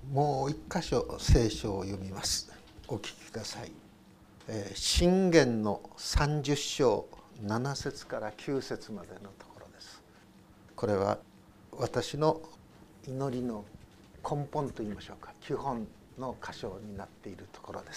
もう一箇所聖書を読みます。お聞きください。箴言の30章7節から9節までのところです。これは私の祈りの根本といいましょうか、基本の箇所になっているところです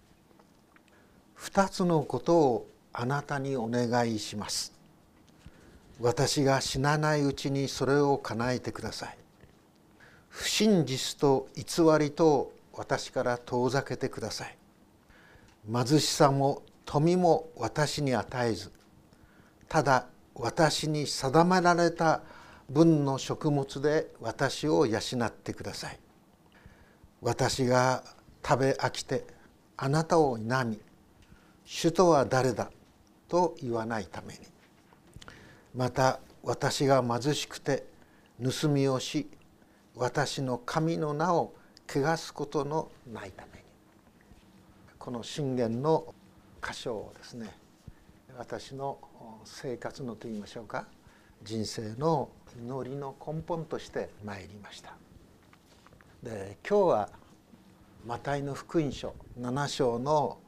。2つのことをあなたにお願いします。私が死なないうちにそれを叶えてください。不真実と偽りと私から遠ざけてください。貧しさも富も私に与えず、ただ私に定められた分の食物で私を養ってください。私が食べ飽きてあなたを否み、主とは誰だと言わないために、また私が貧しくて盗みをし、私の神の名を汚すことのないために。この箴言の箇所をですね、私の生活のといいましょうか、人生の祈りの根本として参りました。で、今日はマタイの福音書7章の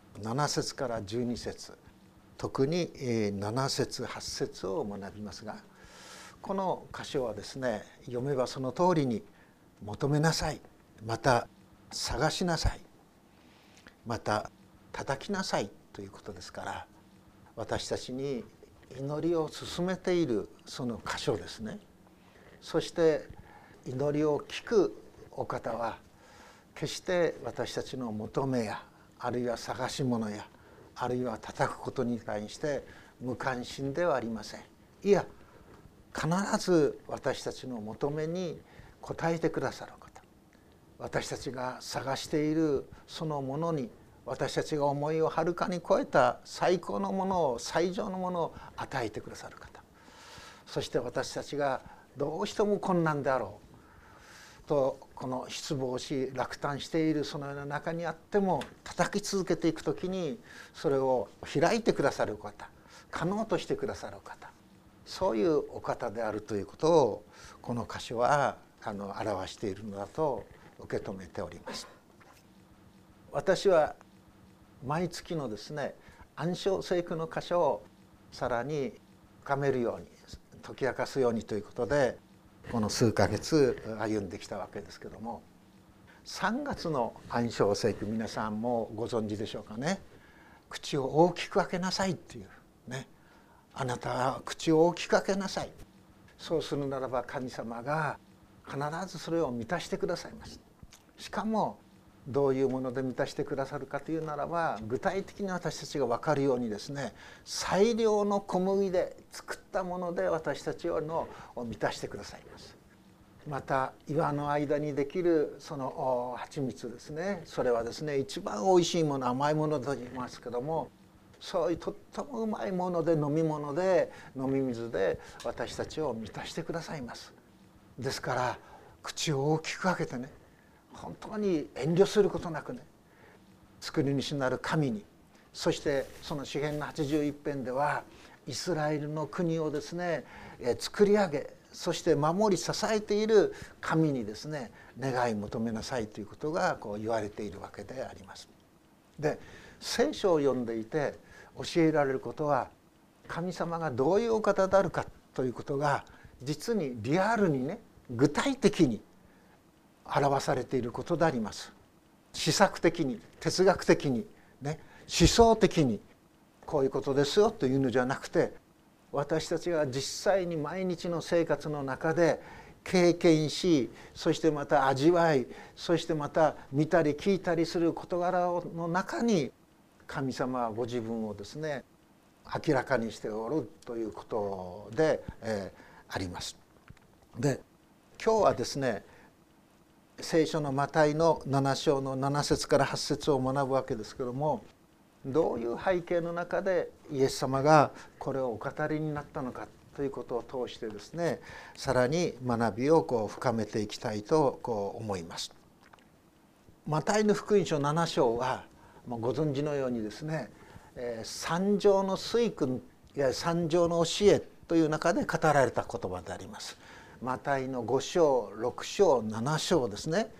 7節から12節、特に7節8節を学びますが、この箇所はですね、読めばその通りに求めなさい、また探しなさい、また叩きなさいということですから、私たちに祈りを進めているその箇所ですね。そして祈りを聞くお方は決して私たちの求めや、あるいは探し物や、あるいは叩くことに対して無関心ではありません。いや、必ず私たちの求めに応えてくださる方、私たちが探しているそのものに、私たちが思いをはるかに超えた最高のものを、最上のものを与えてくださる方、そして私たちがどうしても困難であろうとこの失望し落胆しているそのような中にあっても、叩き続けていくときにそれを開いてくださる方、可能としてくださる方、そういうお方であるということをこの箇所は表しているのだと受け止めております。私は毎月のですね、暗唱聖句の箇所をさらに深めるように、解き明かすようにということで、この数ヶ月歩んできたわけですけども、3月の暗唱聖句、皆さんもご存知でしょうかね。口を大きく開けなさいっていうね、あなたは口を大きく開けなさい。そうするならば神様が必ずそれを満たしてくださいます。しかもどういうもので満たしてくださるかというならば、具体的に私たちが分かるようにですね、最良の小麦で作ったもので私たちを満たしてくださいます。また岩の間にできるその蜂蜜ですね、それはですね、一番おいしいもの、甘いものと言いますけども、そういうとってもうまいもので、飲み物で、飲み水で私たちを満たしてくださいます。ですから口を大きく開けてね、本当に遠慮することなくね、作り主なる神に、そしてその詩編の81編ではイスラエルの国をですね作り上げ、そして守り支えている神にですね願い求めなさいということがこう言われているわけであります。で、聖書を読んでいて教えられることは、神様がどういうお方であるかということが実にリアルにね、具体的に表されていることであります。思索的に、哲学的にね、思想的にこういうことですよというのじゃなくて、私たちが実際に毎日の生活の中で経験し、そしてまた味わい、そしてまた見たり聞いたりする事柄の中に、神様はご自分をですね明らかにしておるということで、あります。で、今日はですね、聖書のマタイの7章の7節から8節を学ぶわけですけども、どういう背景の中でイエス様がこれをお語りになったのかということを通してですね、さらに学びを深めていきたいと思います。マタイの福音書7章はご存知のようにですね、三条の水訓や三条の教えという中で語られた言葉であります。マタイの5章6章7章ですね、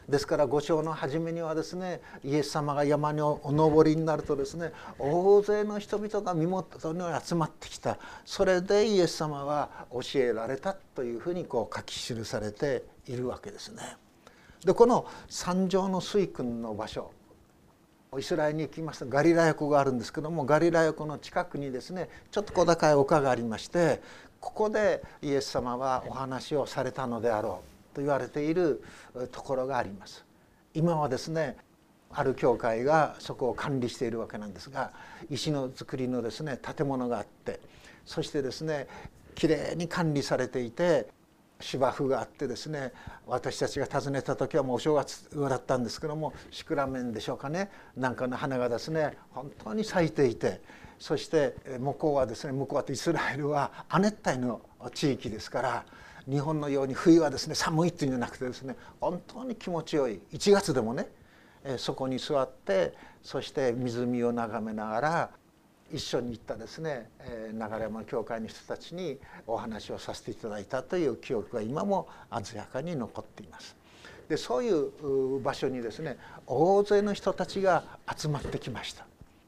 ですから5章の初めにはですね、イエス様が山にお登りになるとですね、大勢の人々が身元に集まってきた。それでイエス様は教えられたというふうに書き記されているわけですね。でこの山上の水訓の場所、イスラエルに行きますとガリラヤ湖があるんですけども、ガリラヤ湖の近くにですね、ちょっと小高い丘がありまして、ここでイエス様はお話をされたのであろうと言われているところがあります。今はですね、ある教会がそこを管理しているわけなんですが、石の造りのですね建物があって、そしてですねきれいに管理されていて、芝生があってですね、私たちが訪ねた時はもうお正月だったんですけども、シクラメンでしょうかね、なんかの花がですね本当に咲いていて、そして向こうはですね、向こうはイスラエルは亜熱帯の地域ですから、日本のように冬はですね寒いっていうんじゃなくてですね、本当に気持ちよい1月でもね、そこに座って、そして湖を眺めながら一緒に行ったですね、流山の教会の人たちにお話をさせていただいたという記憶が今も鮮やかに残っています。でそういう場所にですね、大勢の人たちが集まってきました。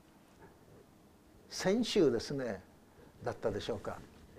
先週ですねだったでしょうか、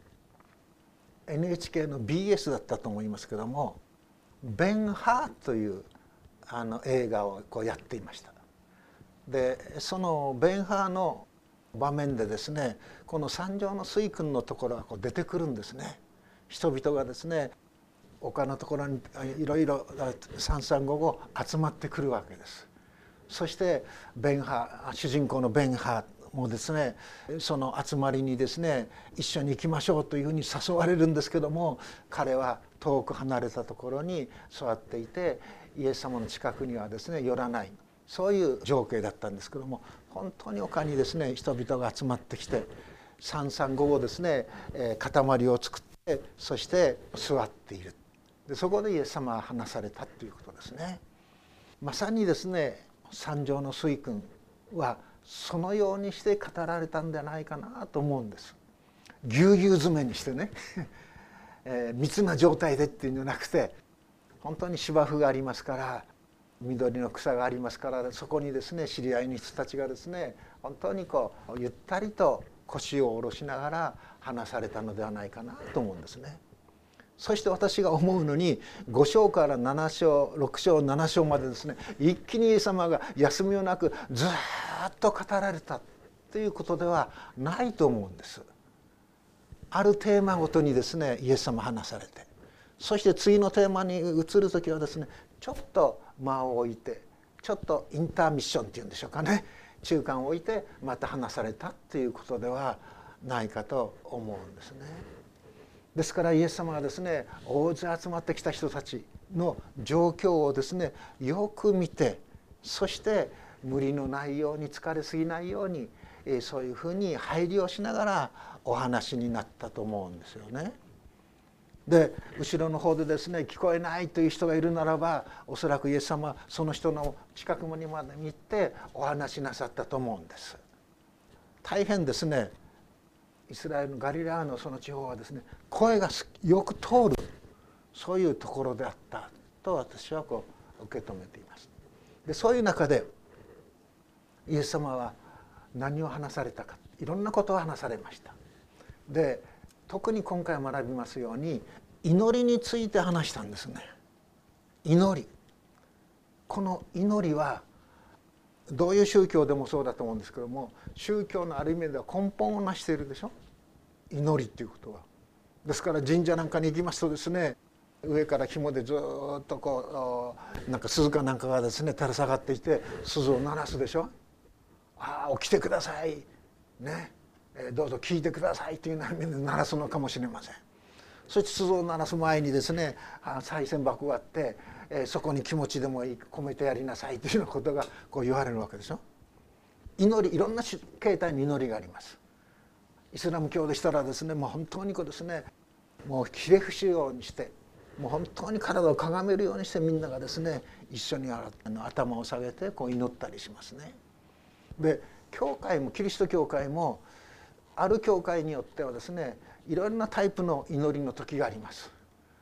NHK の BS だったと思いますけども、ベン・ハーという映画をやっていました。でそのベン・ハーの場面でですね、この山上の水訓のところが出てくるんですね。人々がですね丘のところにいろいろ三々五々集まってくるわけです。そしてベンハー、主人公のベンハーもですね、その集まりにですね一緒に行きましょうというふうに誘われるんですけども、彼は遠く離れたところに座っていて、イエス様の近くにはですね寄らない、そういう情景だったんですけども、本当に丘にですね人々が集まってきて、三々五々ですね塊を作って、そして座っている。でそこでイエス様は話されたということですね。まさにですね山上の水訓はそのようにして語られたんじゃないかなと思うんです。ぎゅうぎゅう詰めにしてね密な状態でっていうんじゃなくて、本当に芝生がありますから、緑の草がありますから、そこにですね知り合いの人たちがですね本当にゆったりと腰を下ろしながら話されたのではないかなと思うんですね。そして私が思うのに、5章から7章6章7章までですね、一気にイエス様が休みをなくずっと語られたということではないと思うんです。あるテーマごとにですねイエス様話されて、そして次のテーマに移る時はですねちょっと間を置いて、ちょっとインターミッションっていうんでしょうかね、中間を置いてまた話されたということではないかと思うんですね。ですからイエス様はですね大勢集まってきた人たちの状況をですねよく見て、そして無理のないように、疲れすぎないように、そういうふうに配慮をしながらお話になったと思うんですよね。で後ろの方でですね聞こえないという人がいるならば、おそらくイエス様はその人の近くにまで行ってお話しなさったと思うんです。大変ですね、イスラエルのガリラヤのその地方はですね声がよく通る、そういうところであったと私は受け止めています。でそういう中でイエス様は何を話されたか、いろんなことを話されました。で特に今回学びますように祈りについて話したんですね。祈り、この祈りはどういう宗教でもそうだと思うんですけども、宗教のある意味では根本を成しているでしょ、祈りっていうことは。ですから神社なんかに行きますとですね、上から紐でずっとなんか鈴かなんかがですね垂れ下がっていて鈴を鳴らすでしょ。ああ起きてくださいね、どうぞ聞いてくださいという意味で鳴らすのかもしれません。そして鈴を鳴らす前にですね賽銭箱があって、そこに気持ちでもいい込めてやりなさいというようなことが言われるわけでしょ。祈り、いろんな形態の祈りがあります。イスラム教でしたらですね、もう本当にですねもうひれ伏すようにして、もう本当に体をかがめるようにしてみんながですね一緒に頭を下げて祈ったりしますね。で教会も、キリスト教会もある教会によってはですねいろんなタイプの祈りの時があります。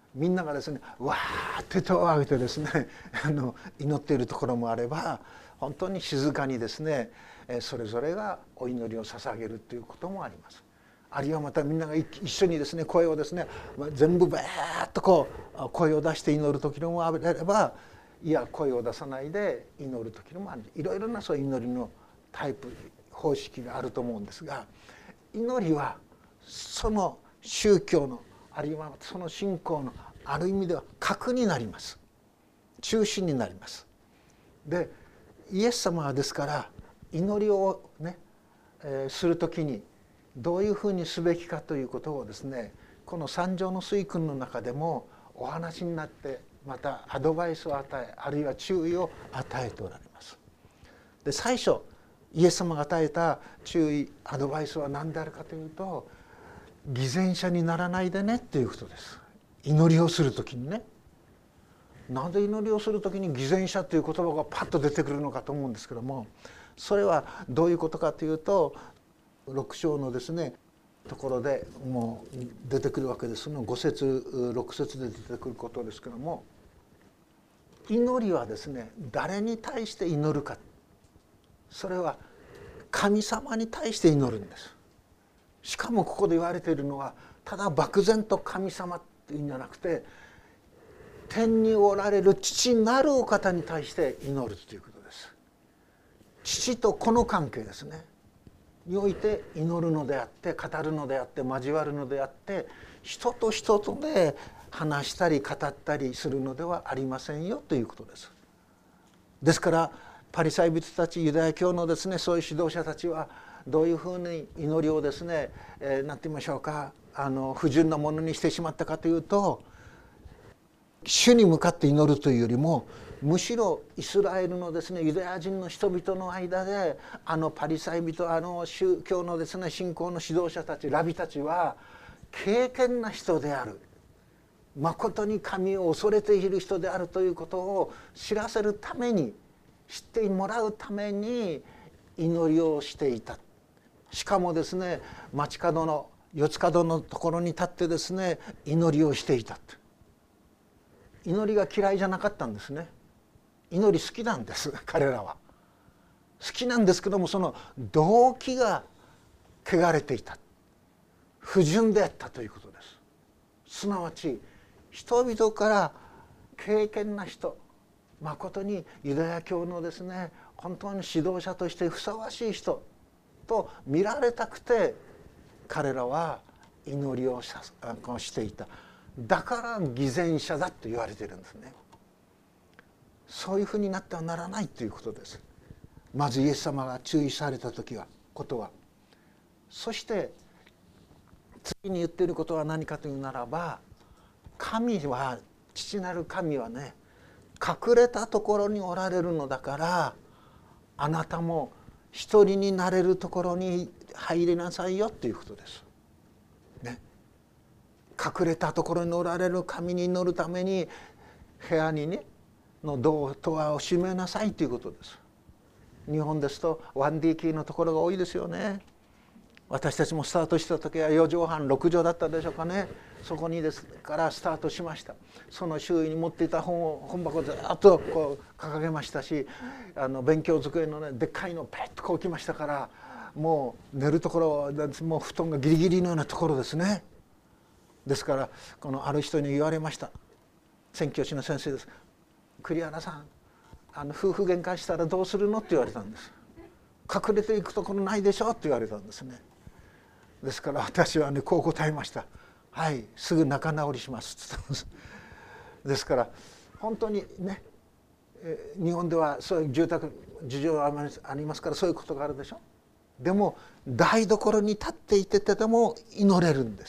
みんながですねわーって手を挙げてですね祈っているところもあれば、本当に静かにですねそれぞれがお祈りを捧げるということもあります。あるいはまたみんなが一緒にですね声をですね全部バーッとこう声を出して祈る時もあれば、いや声を出さないで祈る時もある。いろいろなそういう祈りのタイプ方式があると思うんですが、祈りはその宗教のあるいはその信仰のある意味では核になります。中心になります。でイエス様はですから祈りをね、する時にどういうふうにすべきかということをですね、この三条の水訓の中でもお話になって、またアドバイスを与え、あるいは注意を与えておられます。で最初イエス様が与えた注意アドバイスは何であるかというと、偽善者にならないでねっていうことです。祈りをする時にね、なぜ祈りをする時に偽善者という言葉がパッと出てくるのかと思うんですけども、それはどういうことかというと、6章のですねところでもう出てくるわけです。その5節6節で出てくることですけども、祈りはですね誰に対して祈るか、それは神様に対して祈るんです。しかもここで言われているのは、ただ漠然と神様っていうんじゃなくて、天におられる父なるお方に対して祈るということです。父と子の関係ですねにおいて祈るのであって、語るのであって、交わるのであって、人と人とで話したり語ったりするのではありませんよということです。ですからパリサイ人たち、ユダヤ教のですねそういう指導者たちはどういうふうに祈りをですね、なんて言いましょうか、不純なものにしてしまったかというと、主に向かって祈るというよりも、むしろイスラエルのですねユダヤ人の人々の間でパリサイ人、宗教のですね信仰の指導者たち、ラビたちは敬虔な人である、まことに神を恐れている人であるということを知らせるために、知ってもらうために祈りをしていた。しかもですね街角の四つ角のところに立ってですね祈りをしていた。祈りが嫌いじゃなかったんですね。祈り好きなんです彼らは。好きなんですけども、その動機が汚れていた、不純であったということです。すなわち人々から敬虔な人、まことにユダヤ教のですね本当に指導者としてふさわしい人と見られたくて、彼らは祈りをしていた。だから偽善者だと言われているんですね。そういうふうになってはならないということです。まずイエス様が注意されたことは、そして次に言っていることは何かというならば、神は、父なる神はね、隠れたところにおられるのだから、あなたも一人になれるところに入りなさいよということです。ね、隠れたところにおられる神に祈るために部屋にねのドアを閉めなさいということです。日本ですと 1DK のところが多いですよね。私たちもスタートした時は4畳半6畳だったでしょうかね。そこにですからスタートしました。その周囲に持っていた本箱をずっとこう掲げましたし、勉強机のねでっかいのをペッとこう置きましたから、もう寝るところもう布団がギリギリのようなところですね。ですからある人に言われました。宣教師の先生です。栗原さん、夫婦喧嘩したらどうするのって言われたんです。隠れていくところないでしょって言われたんですね。ですから私はねこう答えました。はい、すぐ仲直りしますって言ったんです。ですから本当にね、日本ではそういう住宅事情がありますからそういうことがあるでしょ。でも台所に立っていてでも祈れるんです。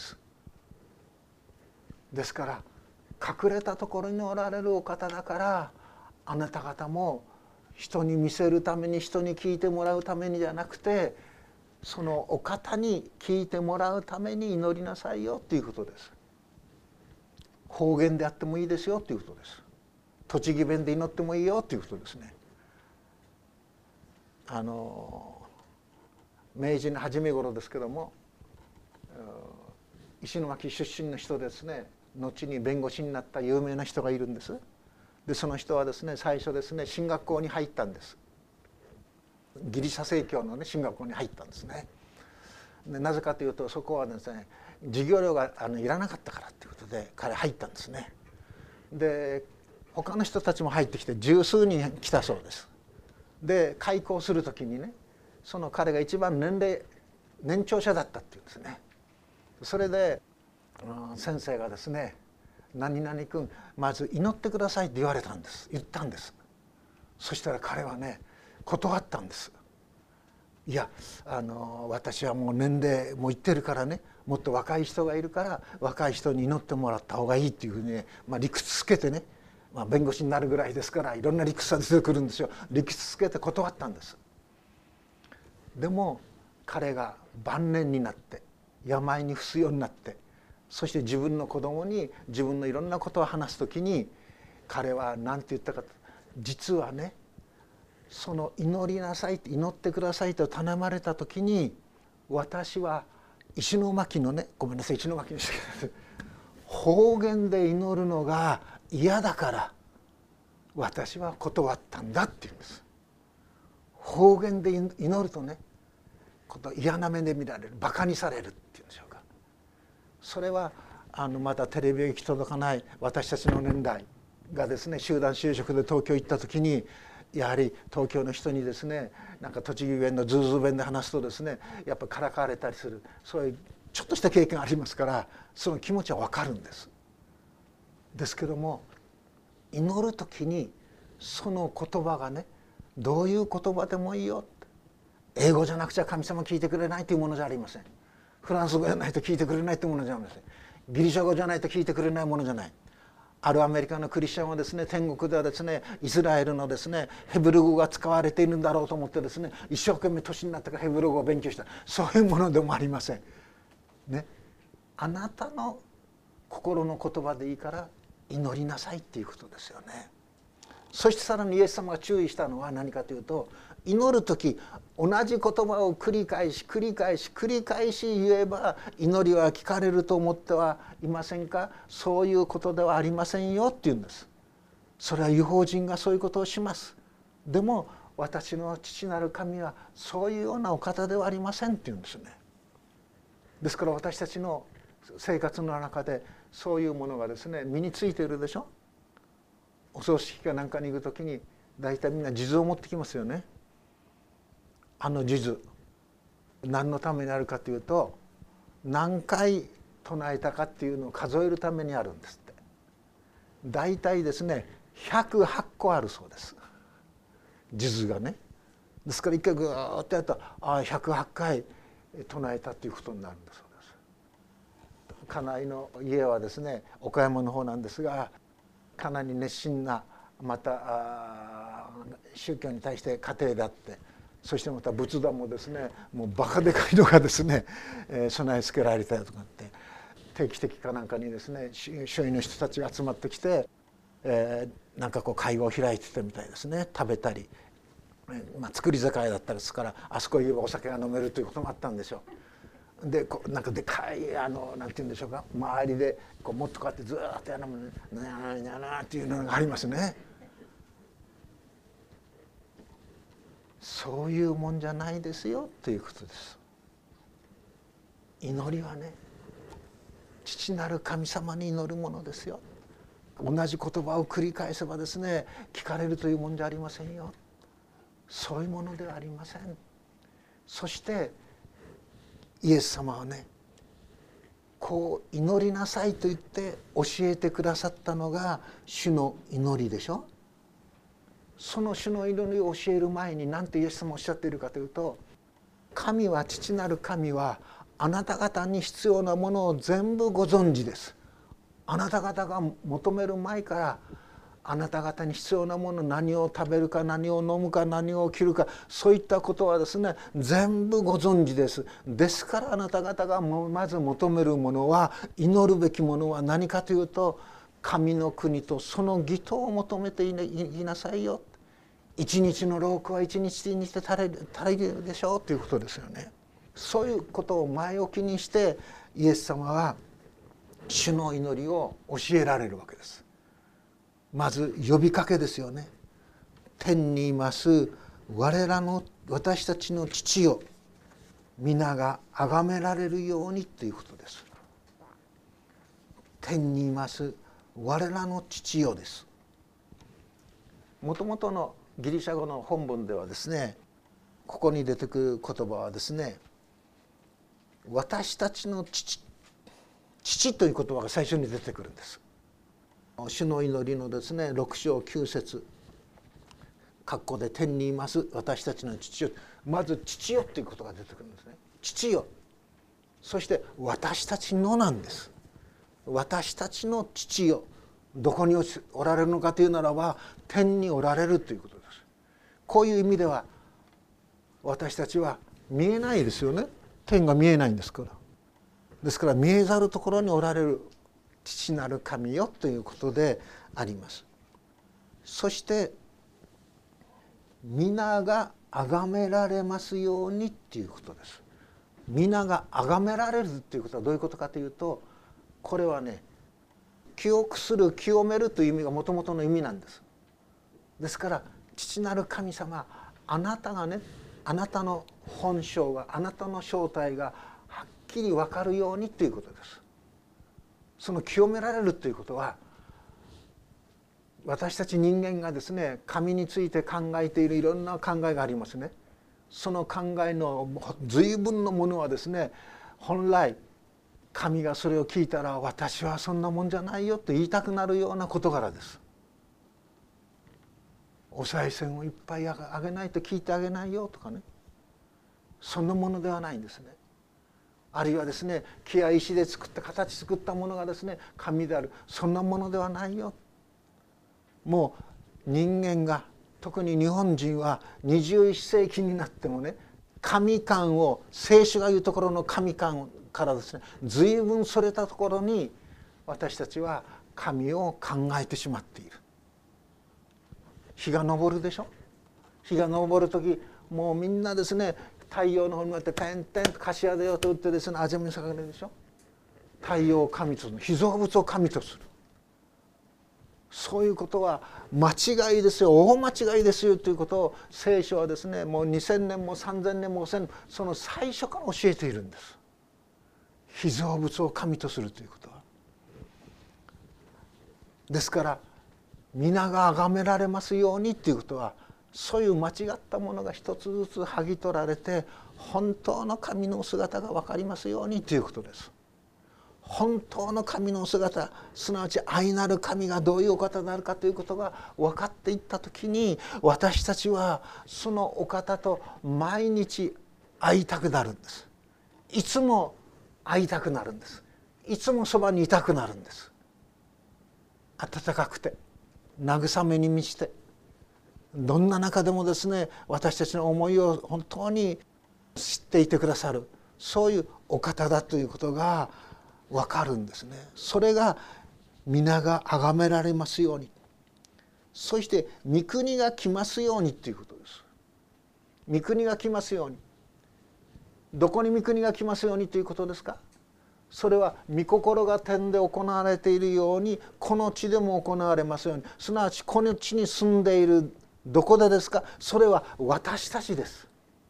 ですから隠れたところにおられるお方だから、あなた方も人に見せるために、人に聞いてもらうためにじゃなくて、そのお方に聞いてもらうために祈りなさいよということです。方言であってもいいですよということです。栃木弁で祈ってもいいよということですね。明治の初め頃ですけども、石巻出身の人ですね、 後に弁護士になった有名な人がいるんです。でその人はですね、最初ですね、神学校に入ったんです。ギリシャ正教のね神学校に入ったんですね。でなぜかというと、そこはですね、授業料がいらなかったからということで彼入ったんですね。で他の人たちも入ってきて十数人来たそうです。で開校する時にね、その彼が一番年長者だったっていうんですね。それで先生がですね、何々君まず祈ってくださいって言ったんです。そしたら彼はね断ったんです。いや私はもう年齢もいってるからね、もっと若い人がいるから若い人に祈ってもらった方がいいっていうふうにね、理屈つけてね、弁護士になるぐらいですからいろんな理屈が出てくるんですよ。理屈つけて断ったんです。でも彼が晩年になって病に伏すようになって、そして自分の子供に自分のいろんなことを話す時に彼は何て言ったかと、実はね、その祈りなさい、祈ってくださいと頼まれた時に、私は石巻のね、ごめんなさい、石巻にしてください、方言で祈るのが嫌だから私は断ったんだって言うんです。方言で祈るとね、嫌な目で見られる、バカにされるっていうんでしょうか。それはまだテレビが行き届かない私たちの年代がですね、集団就職で東京行った時に、やはり東京の人にですね、なんか栃木弁のズーズー弁で話すとですね、やっぱからかわれたりする、そういうちょっとした経験がありますから、その気持ちは分かるんです。ですけども、祈る時にその言葉がね、どういう言葉でもいいよ、英語じゃなくちゃ神様聞いてくれないというものじゃありません。フランス語じゃないと聞いてくれないというものじゃありません。ギリシャ語じゃないと聞いてくれないものじゃない。あるアメリカのクリスチャンはですね、天国ではですね、イスラエルのですねヘブル語が使われているんだろうと思ってですね、一生懸命年になってからヘブル語を勉強した、そういうものでもありませんね。あなたの心の言葉でいいから祈りなさいっていうことですよね。そしてさらにイエス様が注意したのは何かというと、祈る時同じ言葉を繰り返し言えば祈りは聞かれると思ってはいませんか。そういうことではありませんよって言うんです。それは異邦人がそういうことをします。でも私の父なる神はそういうようなお方ではありませんって言うんですね。ですから私たちの生活の中でそういうものがですね身についているでしょ。お葬式かなんかに行く時に大体みんな数珠を持ってきますよね。数珠何のためにあるかというと、何回唱えたかっていうのを数えるためにあるんですって。大体ですね108個あるそうです、数珠がね。ですから一回グーッとやると108回唱えたということになるんだそうです。家内の家はですね岡山の方なんですが、かなり熱心なまた宗教に対して家庭であって、そしてまた仏壇もですねもうバカでかいのがですね、備え付けられたりとかって、定期的かなんかにですね周囲の人たちが集まってきて、なんかこう会合を開いてたみたいですね。食べたり、造り酒屋だったりですから、あそこへ行けばお酒が飲めるということもあったんでしょう。でなんかでかいなんて言うんでしょうか、周りでもっとこうやってずっとやるのね、ななっていうのがありますね。そういうもんじゃないですよということです。祈りはね、父なる神様に祈るものですよ。同じ言葉を繰り返せばですね聞かれるというもんじゃありませんよ。そういうものではありません。そしてイエス様はね、こう祈りなさいと言って教えてくださったのが主の祈りでしょ。その主の祈りを教える前に何てイエス様おっしゃっているかというと、神は、父なる神はあなた方に必要なものを全部ご存知です。あなた方が求める前からあなた方に必要なもの、何を食べるか何を飲むか何を着るか、そういったことはですね全部ご存知です。ですからあなた方がまず求めるものは、祈るべきものは何かというと、神の国とその義とを求めていなさいよ。一日の労苦は一日にして足りるでしょうということですよね。そういうことを前置きにしてイエス様は主の祈りを教えられるわけです。まず呼びかけですよね。天にいます私たちの父よ、皆が崇められるようにということです。天にいます我らの父よです。もともとのギリシャ語の本文ではですね、ここに出てくる言葉はですね、私たちの父という言葉が最初に出てくるんです。主の祈りのですね6章9節括弧で天にいます私たちの父よ、まず父よということが出てくるんですね。父よ、そして私たちのなんです。私たちの父よ、どこにおられるのかというならば天におられるということです。こういう意味では私たちは見えないですよね。天が見えないんですから。ですから見えざるところにおられる父なる神よということであります。そして皆が崇められますようにということです。皆が崇められるということはどういうことかというと、これはね、清くする、清めるという意味がもともとの意味なんです。ですから父なる神様、あなたがね、あなたの本性が、あなたの正体がはっきり分かるようにということです。その清められるということは、私たち人間がですね、神について考えているいろんな考えがありますね。その考えの随分のものはですね、本来神がそれを聞いたら私はそんなもんじゃないよと言いたくなるような事柄です。お賽銭をいっぱいあげないと聞いてあげないよとかね、そんなものではないんですね。あるいはですね、木や石で作った形作ったものがですね神である、そんなものではないよ。もう人間が、特に日本人は21世紀になってもね、神観を、聖書が言うところの神観からですね、随分それたところに私たちは神を考えてしまっている。日が昇るでしょ。日が昇る時、もうみんなですね、太陽の方に向かっててんてんと頭でよと打ってですね、あぜみにさかれるでしょ。太陽を神とする、被造物を神とする。そういうことは間違いですよ、大間違いですよということを聖書はですね、もう2000年も3000年も5000年、その最初から教えているんです。被造物を神とするということは。ですから皆が崇められますようにということは、そういう間違ったものが一つずつ剥ぎ取られて、本当の神の姿が分かりますようにということです。本当の神の姿、すなわち愛なる神がどういうお方であるかということが分かっていった時に、私たちはそのお方と毎日会いたくなるんです。いつも会いたくなるんです。いつもそばにいたくなるんです。温かくて慰めに満ちて、どんな中でもですね、私たちの思いを本当に知っていてくださる、そういうお方だということが分かるんですね。それが皆が崇められますように、そして御国が来ますようにということです。御国が来ますように、どこに御国が来ますようにということですか。それは御心が天で行われているようにこの地でも行われますように、すなわちこの地に住んでいる、どこでですか。それは私たちです。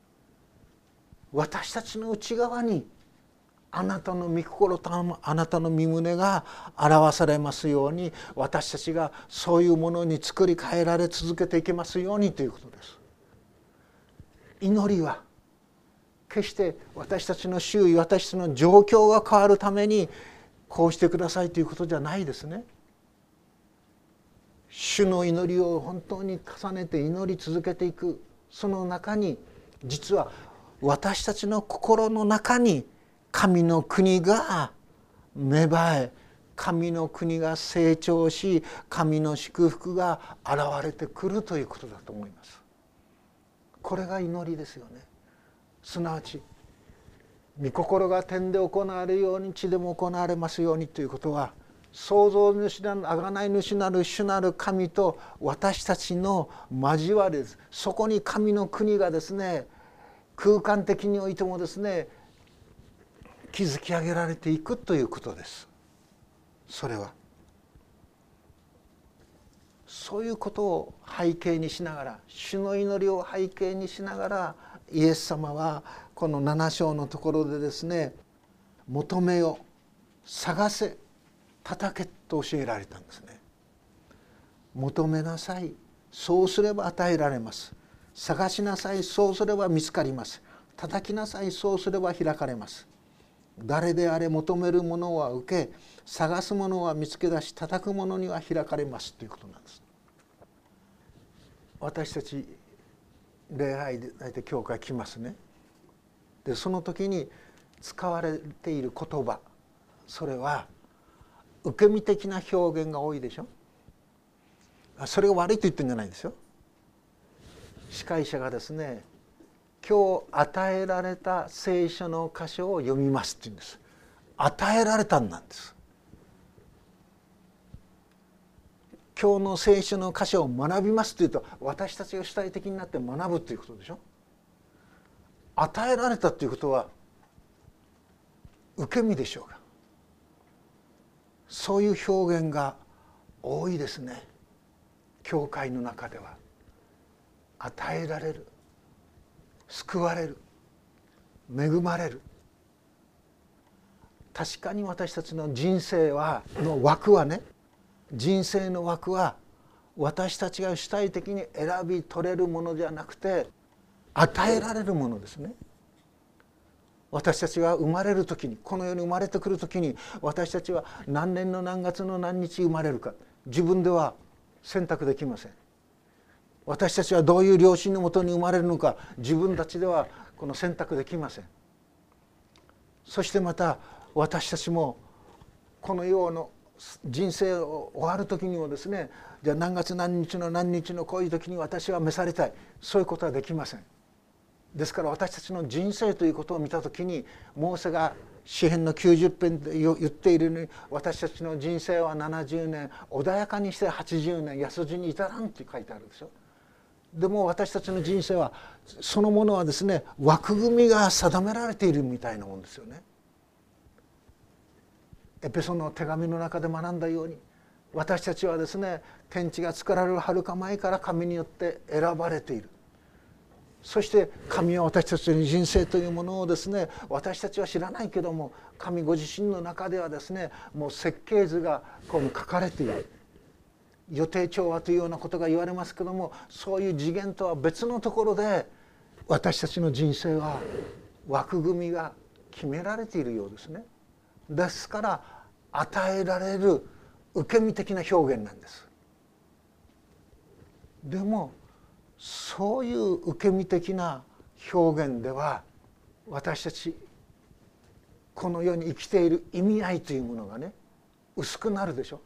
私たちの内側にあなたの御心とあなたの御胸が表されますように、私たちがそういうものに作り変えられ続けていけますようにということです。祈りは決して私たちの周囲、私たちの状況が変わるためにこうしてくださいということじゃないですね。主の祈りを本当に重ねて祈り続けていく、その中に実は私たちの心の中に神の国が芽生え、神の国が成長し、神の祝福が現れてくるということだと思います。これが祈りですよね。すなわち御心が天で行われるように地でも行われますようにということは、創造主なる贖い主なる主なる神と私たちの交わりです。そこに神の国がですね、空間的においてもですね築き上げられていくということです。 それはそういうことを背景にしながら、主の祈りを背景にしながら、イエス様はこの7章のところでですね、求めよ、探せ、叩けと教えられたんですね。求めなさい、そうすれば与えられます。探しなさい、そうすれば見つかります。叩きなさい、そうすれば開かれます。誰であれ求めるものは受け、探すものは見つけ出し、叩くものには開かれますということなんです。私たち礼拝で大体教会来ますね。でその時に使われている言葉、それは受け身的な表現が多いでしょ。それが悪いと言ってるんじゃないんですよ。司会者がですね、今日与えられた聖書の箇所を読みますって言うんです。与えられたんなんです。今日の聖書の箇所を学びますというと、私たちが主体的になって学ぶということでしょ。与えられたということは受け身でしょうが、そういう表現が多いですね。教会の中では与えられる、救われる、恵まれる。確かに私たちの人生の枠はね、人生の枠は私たちが主体的に選び取れるものじゃなくて、与えられるものですね。私たちが生まれる時に、この世に生まれてくる時に、私たちは何年の何月の何日生まれるか、自分では選択できません。私たちはどういう両親のもとに生まれるのか、自分たちではこの選択できません。そしてまた私たちもこの世の人生を終わる時にもですね、じゃあ何月何日の何日のこういう時に私は召されたい、そういうことはできません。ですから私たちの人生ということを見た時に、モーセが詩編の90編で言っているように、私たちの人生は70年、穏やかにして80年、安らに至らんって書いてあるでしょ。でも私たちの人生はそのものはですね、枠組みが定められているみたいなもんですよね。エペソの手紙の中で学んだように、私たちはですね、天地が作られるはるか前から神によって選ばれている。そして神は私たちの人生というものをですね、私たちは知らないけども、神ご自身の中ではですね、もう設計図がこう書かれている。予定調和というようなことが言われますけども、そういう次元とは別のところで私たちの人生は枠組みが決められているようですね。ですから与えられる受け身的な表現なんです。でもそういう受け身的な表現では、私たちこの世に生きている意味合いというものがね、薄くなるでしょ。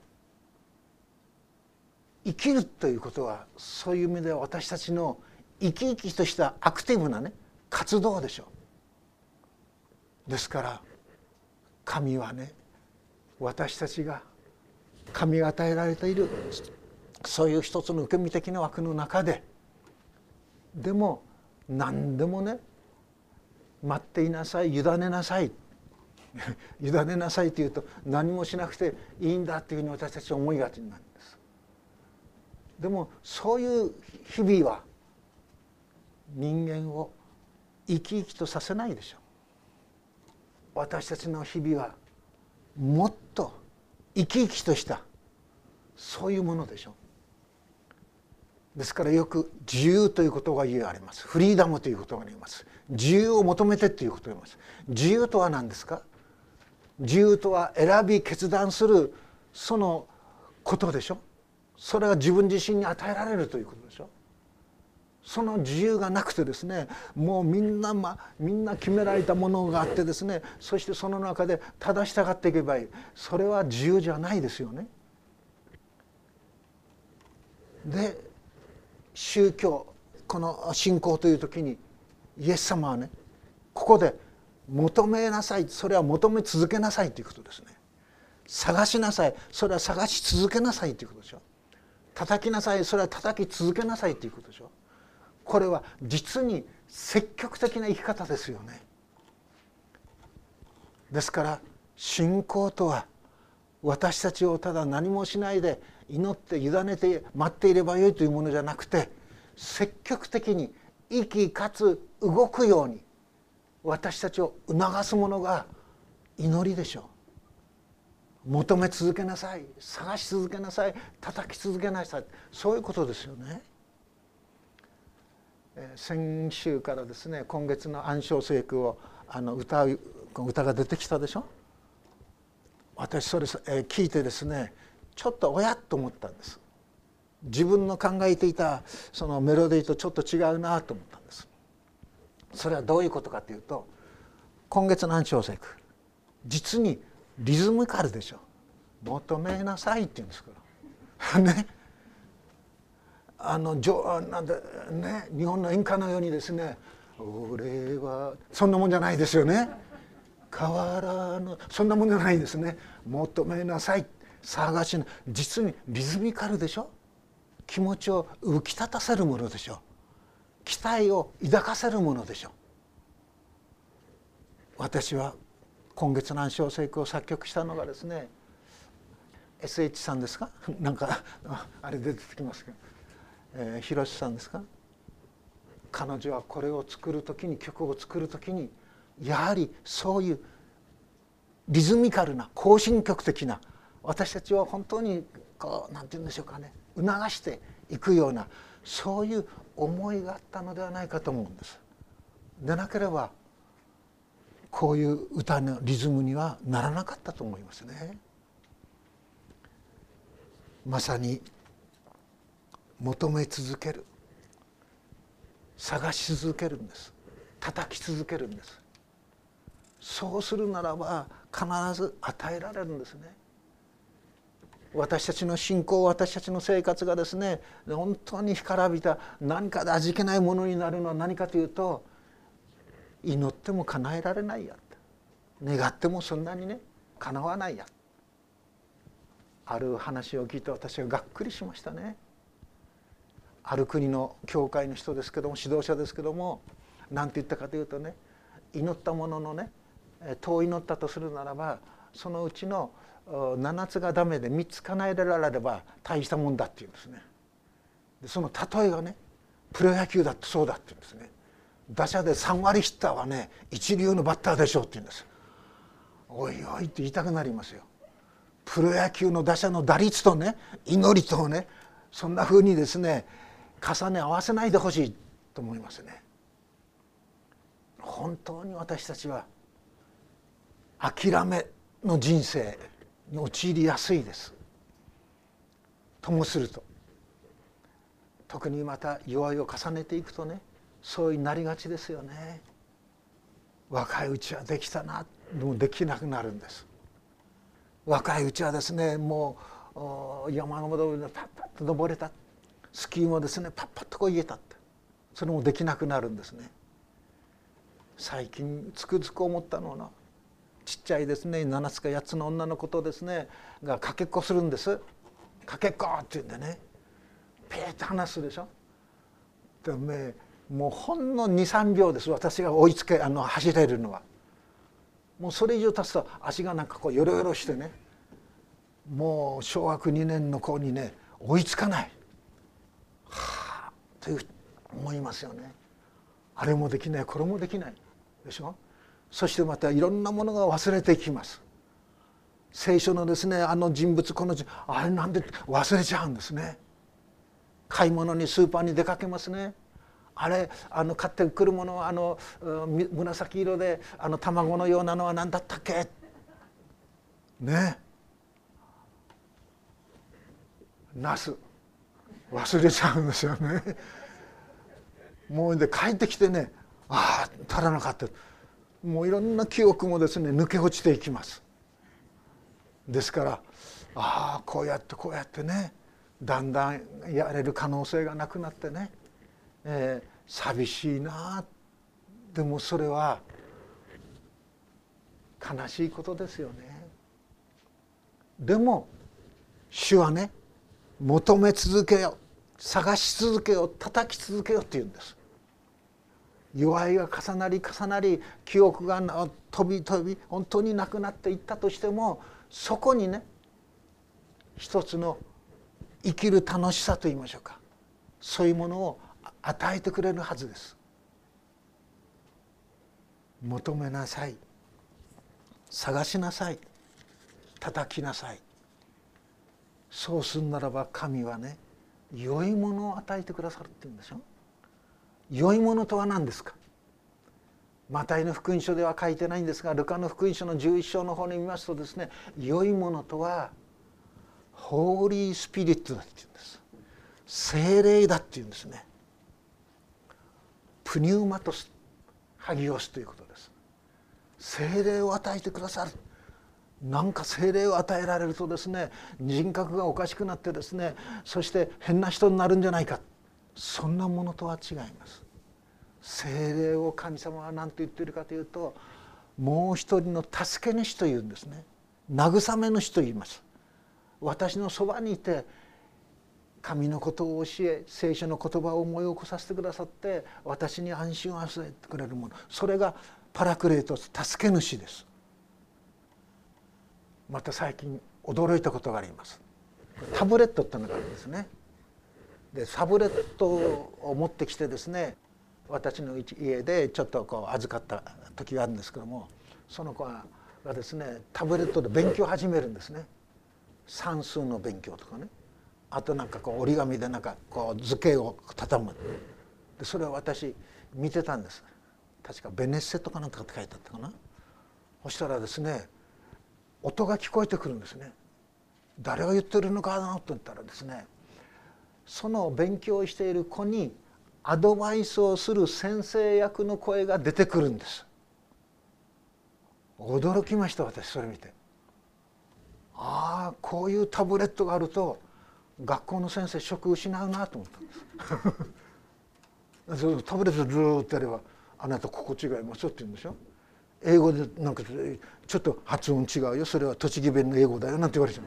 生きるということは、そういう意味では私たちの生き生きとしたアクティブなね、活動でしょう。ですから神はね、私たちが神が与えられているそういう一つの受け身的な枠の中で、でも何でもね、待っていなさい、委ねなさい委ねなさいというと、何もしなくていいんだというふうに私たちは思いがちになるんです。でもそういう日々は人間を生き生きとさせないでしょう。私たちの日々はもっと生き生きとしたそういうものでしょう。ですからよく自由ということが言われます。フリーダムということが言います。自由を求めてということが言います。自由とは何ですか。自由とは選び決断するそのことでしょ。それが自分自身に与えられるということでしょ。その自由がなくてですね、もうみんな決められたものがあってですね、そしてその中でただ従っていけばいい。それは自由じゃないですよね。で、宗教、この信仰という時にイエス様はね、ここで求めなさい、それは求め続けなさいということですね。探しなさい、それは探し続けなさいということでしょ。叩きなさい、それは叩き続けなさいということでしょ。これは実に積極的な生き方ですよね。ですから信仰とは私たちをただ何もしないで祈って委ねて待っていればよいというものじゃなくて、積極的に生きかつ動くように私たちを促すものが祈りでしょう。求め続けなさい、探し続けなさい、叩き続けなさい、そういうことですよね。先週からですね、今月の暗唱聖句を歌が出てきたでしょ。私それ聞いてですね、ちょっとおやっと思ったんです。自分の考えていたそのメロディーとちょっと違うなと思ったんです。それはどういうことかというと、今月の暗唱聖句実にリズミカルでしょ。求めなさいって言うんですからね。なんでね、日本の演歌のようにですね、俺はそんなもんじゃないですよね。変わらぬ、そんなもんじゃないですね。求めなさい、探しな、実にリズミカルでしょ。気持ちを浮き立たせるものでしょ。期待を抱かせるものでしょ。私は今月の暗唱聖句を作曲したのがですね、 SH さんですか、なんかあれ出てきますけど、広瀬さんですか。彼女はこれを作る時に、曲を作る時にやはりそういうリズミカルな行進曲的な、私たちを本当にこうなんて言うんでしょうかね、促していくような、そういう思いがあったのではないかと思うんです。でなければこういう歌のリズムにはならなかったと思いますね。まさに求め続ける、探し続けるんです、叩き続けるんです。そうするならば必ず与えられるんですね。私たちの信仰、私たちの生活がですね、本当に干からびた何かで味気ないものになるのは何かというと、祈っても叶えられないや、願ってもそんなにね叶わないや。ある話を聞いて私はがっくりしましたね。ある国の教会の人ですけども、指導者ですけども、何て言ったかというとね、祈ったもののね、10祈ったとするならば、そのうちの7つがダメで3つ叶えられれば大したもんだっていうんですね。でその例えがね、プロ野球だってそうだって言うんですね。打者で3割ヒッターはね一流のバッターでしょうって言うんです。おいおいって言いたくなりますよ。プロ野球の打者の打率とね、祈りとね、そんな風にですね重ね合わせないでほしいと思いますね。本当に私たちは諦めの人生に陥りやすいです。ともすると、特にまた弱いを重ねていくとね、そうなりがちですよね。若いうちはできたな、でもできなくなるんです。若いうちはですね、もう山の登りでパッパッと登れた、スキーもですねパッパッとこう言えたって、それもできなくなるんですね。最近つくづく思ったのは、ちっちゃいですね7つか8つの女の子とですねがかけっこするんです。かけっこって言うんでね、ペーッと話すでしょ。でもうほんの 2,3 秒です、私が追いつけ走れるのは。もうそれ以上経つと足がなんかこうヨロヨロしてね、もう小学2年の子にね追いつかない、はあという思いますよね。あれもできない、これもできないでしょ。そしてまたいろんなものが忘れていきます。聖書のですねあの人物この人あれなんで忘れちゃうんですね。買い物にスーパーに出かけますね。あれ買ってくるものは紫色で卵のようなのは何だったっけね。ナス忘れちゃうんですよね。もうで帰ってきてね、ああ足らなかった、もういろんな記憶もですね抜け落ちていきます。ですからああこうやってね、だんだんやれる可能性がなくなってね、寂しいな。でもそれは悲しいことですよね。でも主はね、求め続けよ、探し続けよ、叩き続けよって言うんです。弱いが重なり重なり記憶が飛び本当になくなっていったとしても、そこにね一つの生きる楽しさといいましょうか、そういうものを与えてくれるはずです。求めなさい、探しなさい、叩きなさい。そうするならば神はね、良いものを与えてくださるって言うんでしょ。良いものとは何ですか。マタイの福音書では書いてないんですが、ルカの福音書の11章の方に見ますとですね、良いものとはホーリースピリットだって言うんです。聖霊だって言うんですね。プニューマトス、ハギオスということです。聖霊を与えてくださる。なんか聖霊を与えられるとですね、人格がおかしくなってですね、そして変な人になるんじゃないか、そんなものとは違います。聖霊を神様は何と言っているかというと、もう一人の助け主というんですね。慰め主と言います。私のそばにいて神のことを教え、聖書の言葉を思い起こさせてくださって、私に安心を与えてくれるもの、それがパラクレートス、助け主です。また最近驚いたことがあります。タブレットってのがあるんですね。でタブレットを持ってきてですね、私の家でちょっとこう預かった時があるんですけども、その子がですね、タブレットで勉強を始めるんですね。算数の勉強とかね、あとなんかこう折り紙でなんかこう図形を畳む。でそれを私見てたんです。確かベネッセとかなんかって書いてあったかな。そしたらですね、音が聞こえてくるんですね。誰が言ってるのかなと言ったらですね、その勉強をしている子にアドバイスをする先生役の声が出てくるんです。驚きました、私それ見て。ああ、こういうタブレットがあると学校の先生職失うなと思ったんです。タブレットずーっとやればあなたここ違いますよって言うんでしょ。英語でなんかちょっと発音違うよ、それは栃木弁の英語だよなんて言われちゃ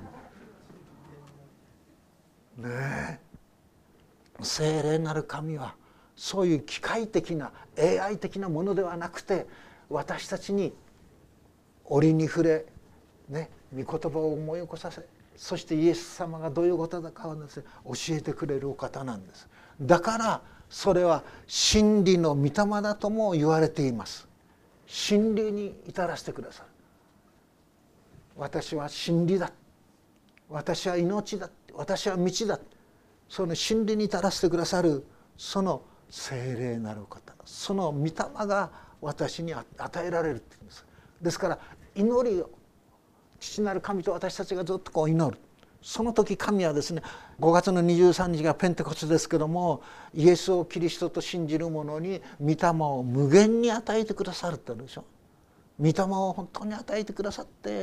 う。ねえ、聖霊なる神はそういう機械的な AI 的なものではなくて、私たちに折に触れね、御言葉を思い起こさせ、そしてイエス様がどういうことだかをですね、教えてくれるお方なんです。だからそれは真理の御霊だとも言われています。真理に至らせてくださる。私は真理だ、私は命だ、私は道だ、その真理に至らせてくださるその聖霊なる方、その御霊が私に与えられるっていうんです。ですから祈りを父なる神と私たちがずっとこう祈る、その時神はですね、5月の23日がペンテコステですけども、イエスをキリストと信じる者に御霊を無限に与えてくださるって言うんでしょ。御霊を本当に与えてくださって、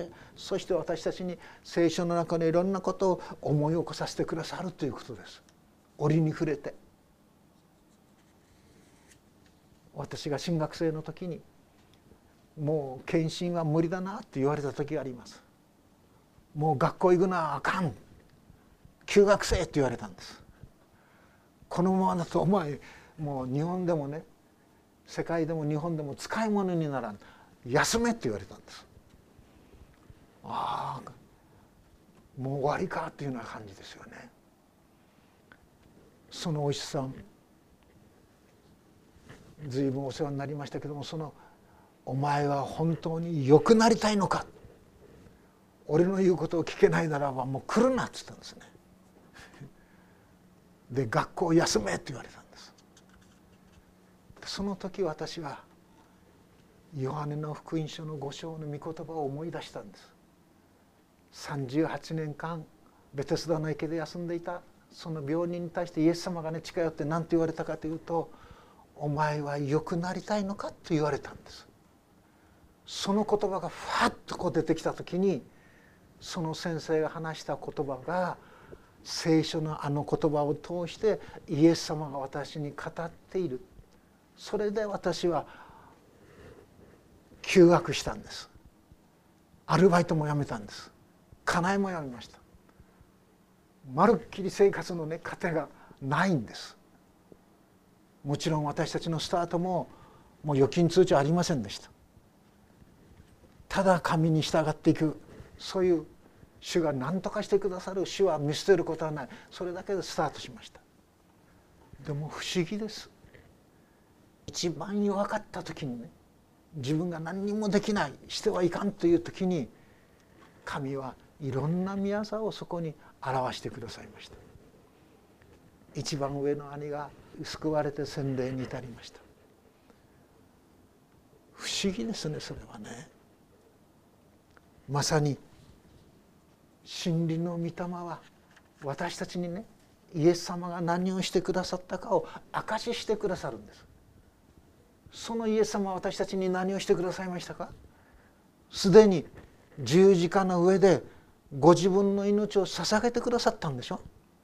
そして私たちに聖書の中のいろんなことを思い起こさせてくださるということです。折に触れて。私が新学生の時にもう献身は無理だなって言われた時があります。もう学校行くのはあかん、休学生って言われたんです。このままだとお前もう日本でもね、世界でも日本でも使い物にならん、休めって言われたんです。ああ、もう終わりかっていうような感じですよね。そのお医者さん、随分お世話になりましたけども、そのお前は本当に良くなりたいのか、俺の言うことを聞けないならばもう来るなって言ったんですね。で学校を休めって言われたんです。その時私はヨハネの福音書の5章の御言葉を思い出したんです。38年間ベテスダの池で休んでいたその病人に対してイエス様がね、近寄って何て言われたかというと、お前は良くなりたいのかと言われたんです。その言葉がファッとこう出てきた時に、その先生が話した言葉が聖書のあの言葉を通してイエス様が私に語っている。それで私は休学したんです。アルバイトも辞めたんです。家内も辞めました。まるっきり生活のね、糧がないんです。もちろん私たちのスタートももう預金通帳ありませんでした。ただ神に従っていく、そういう主が何とかしてくださる、主は見捨てることはない、それだけでスタートしました。でも不思議です。一番弱かった時にね、自分が何にもできない、してはいかんという時に、神はいろんな御業をそこに表してくださいました。一番上の兄が救われて洗礼に至りました。不思議ですね、それはね。まさに真理の御霊は私たちにね、イエス様が何をしてくださったかを証ししてくださるんです。そのイエス様は私たちに何をしてくださいましたか。すでに十字架の上でご自分の命を捧げてくださったんでしょ。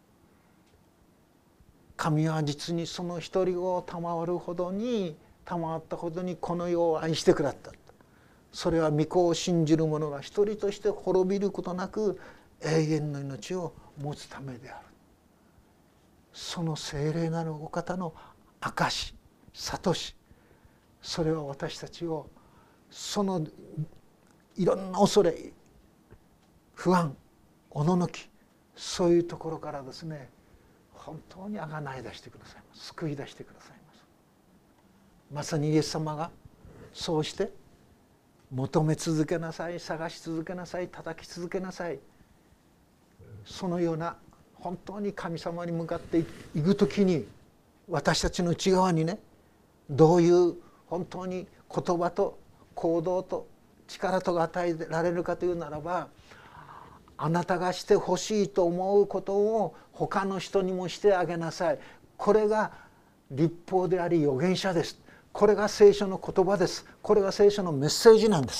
神は実にその一人を賜るほどに、賜ったほどにこの世を愛してくださった。それは御子を信じる者が一人として滅びることなく永遠の命を持つためである。その聖霊なるお方の証し、諭し、それは私たちをそのいろんな恐れ、不安、おののき、そういうところからですね、本当にあがない出してくださいます。救い出してくださいます。まさにイエス様がそうして求め続けなさい、探し続けなさい、叩き続けなさい、そのような本当に神様に向かっていくときに、私たちの内側にね、どういう本当に言葉と行動と力とが与えられるかというならば、あなたがしてほしいと思うことを他の人にもしてあげなさい。これが律法であり預言者です。これが聖書の言葉です。これが聖書のメッセージなんです。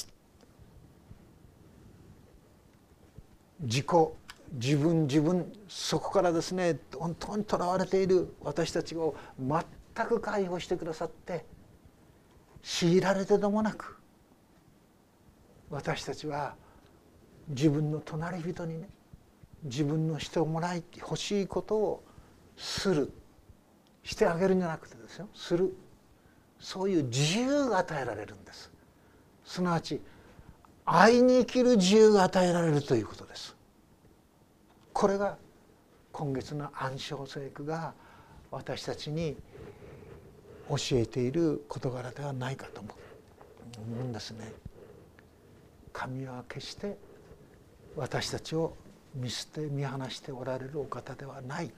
自分、そこからですね、本当にとらわれている私たちを全く解放してくださって、強いられてでもなく、私たちは自分の隣人にね、自分のしてもらい欲しいことをする、してあげるんじゃなくてですよ、する、そういう自由が与えられるんです。すなわち愛に生きる自由が与えられるということです。これが今月の暗唱聖句が私たちに教えている事柄ではないかと思うんですね。神は決して私たちを見捨て見放しておられるお方ではない。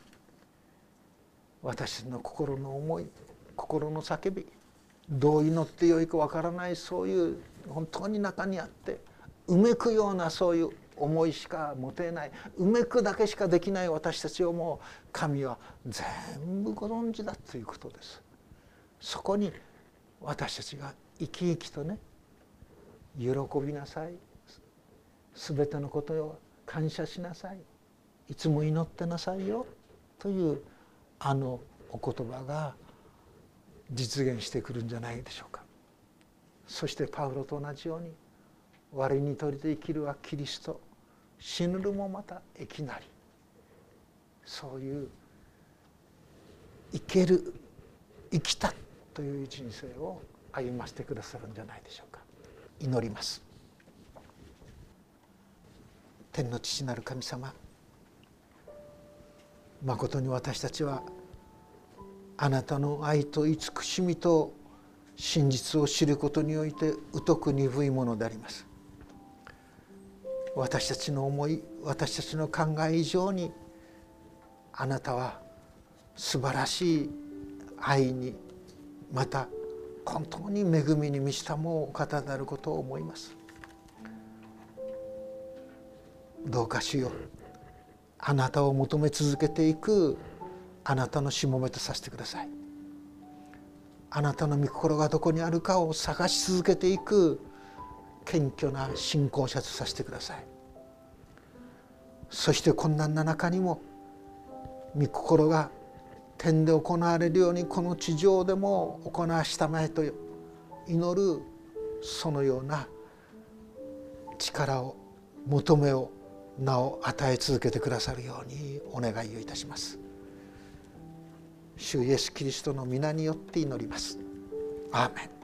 私の心の思い、心の叫び、どう祈ってよいかわからない、そういう本当に中にあってうめくようなそういう思いしか持てない、うめくだけしかできない私たちをもう神は全部ご存知だということです。そこに私たちが生き生きとね、喜びなさい、すべてのことを感謝しなさい、いつも祈ってなさいよというあのお言葉が実現してくるんじゃないでしょうか。そしてパウロと同じように、我にとりて生きるはキリスト、死ぬるもまた生きなり、そういう生ける、生きたという人生を歩ませてくださるんじゃないでしょうか。祈ります。天の父なる神様、まことに私たちはあなたの愛と慈しみと真実を知ることにおいて疎く鈍いものであります。私たちの思い、私たちの考え以上にあなたは素晴らしい愛に、また本当に恵みに満ちたもうお方であることを思います。どうか主よ、あなたを求め続けていくあなたのしもべとさせてください。あなたの御心がどこにあるかを探し続けていく謙虚な信仰者とさせてください。そして困難な中にも御心が天で行われるようにこの地上でも行わしたまえと祈る、そのような力を、求めを、名を与え続けてくださるようにお願いをいたします。主イエスキリストの皆によって祈ります。アーメン。